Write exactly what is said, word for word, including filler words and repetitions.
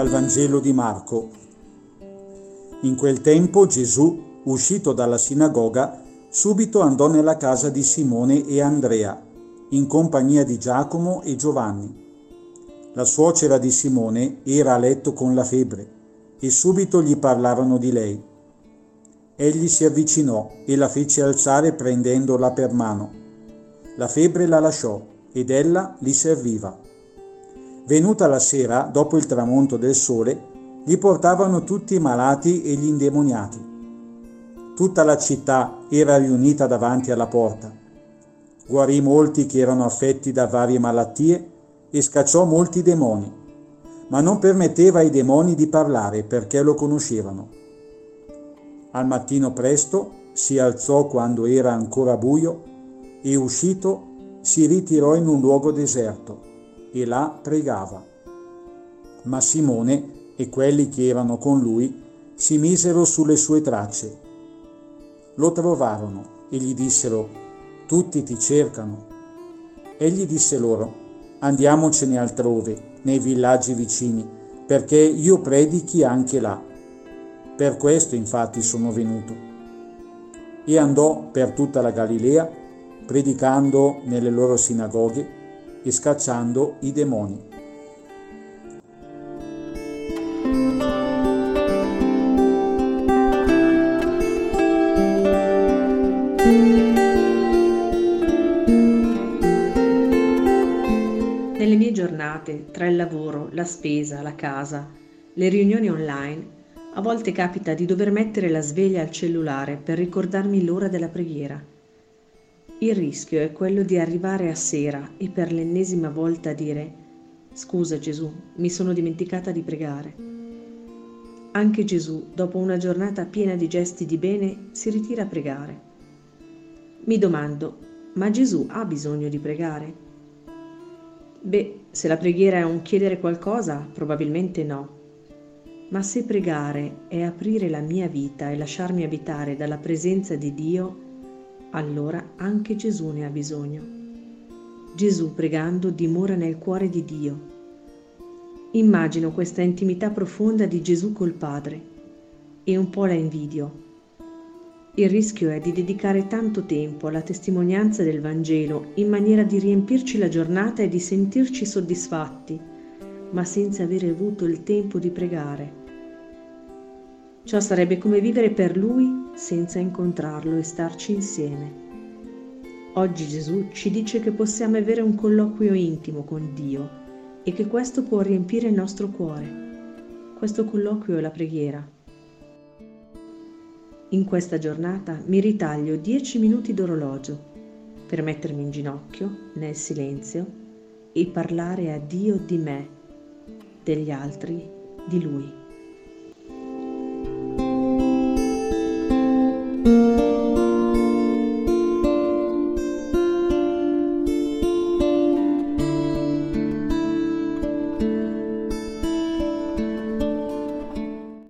Dal Vangelo di Marco. In quel tempo Gesù, uscito dalla sinagoga, subito andò nella casa di Simone e Andrea, in compagnia di Giacomo e Giovanni. La suocera di Simone era a letto con la febbre, e subito gli parlarono di lei. Egli si avvicinò e la fece alzare prendendola per mano. La febbre la lasciò, ed ella li serviva. Venuta la sera, dopo il tramonto del sole, gli portavano tutti i malati e gli indemoniati. Tutta la città era riunita davanti alla porta. Guarì molti che erano affetti da varie malattie e scacciò molti demoni, ma non permetteva ai demoni di parlare perché lo conoscevano. Al mattino presto si alzò quando era ancora buio e, uscito, si ritirò in un luogo deserto e là pregava. Ma Simone e quelli che erano con lui si misero sulle sue tracce. Lo trovarono e gli dissero: tutti ti cercano. Egli disse loro: andiamocene altrove, nei villaggi vicini, perché io predichi anche là. Per questo infatti sono venuto. E andò per tutta la Galilea, predicando nelle loro sinagoghe e scacciando i demoni. Nelle mie giornate, tra il lavoro, la spesa, la casa, le riunioni online, a volte capita di dover mettere la sveglia al cellulare per ricordarmi l'ora della preghiera. Il rischio è quello di arrivare a sera e per l'ennesima volta dire: scusa Gesù, mi sono dimenticata di pregare. Anche Gesù, dopo una giornata piena di gesti di bene, si ritira a pregare. Mi domando: ma Gesù ha bisogno di pregare? Beh, se la preghiera è un chiedere qualcosa, probabilmente no. Ma se pregare è aprire la mia vita e lasciarmi abitare dalla presenza di Dio, allora anche Gesù ne ha bisogno. Gesù, pregando, dimora nel cuore di Dio. Immagino questa intimità profonda di Gesù col Padre e un po' la invidio. Il rischio è di dedicare tanto tempo alla testimonianza del Vangelo in maniera di riempirci la giornata e di sentirci soddisfatti, ma senza avere avuto il tempo di pregare. Ciò sarebbe come vivere per Lui senza incontrarlo e starci insieme. Oggi Gesù ci dice che possiamo avere un colloquio intimo con Dio e che questo può riempire il nostro cuore. Questo colloquio è la preghiera. In questa giornata mi ritaglio dieci minuti d'orologio per mettermi in ginocchio, nel silenzio, e parlare a Dio di me, degli altri, di Lui.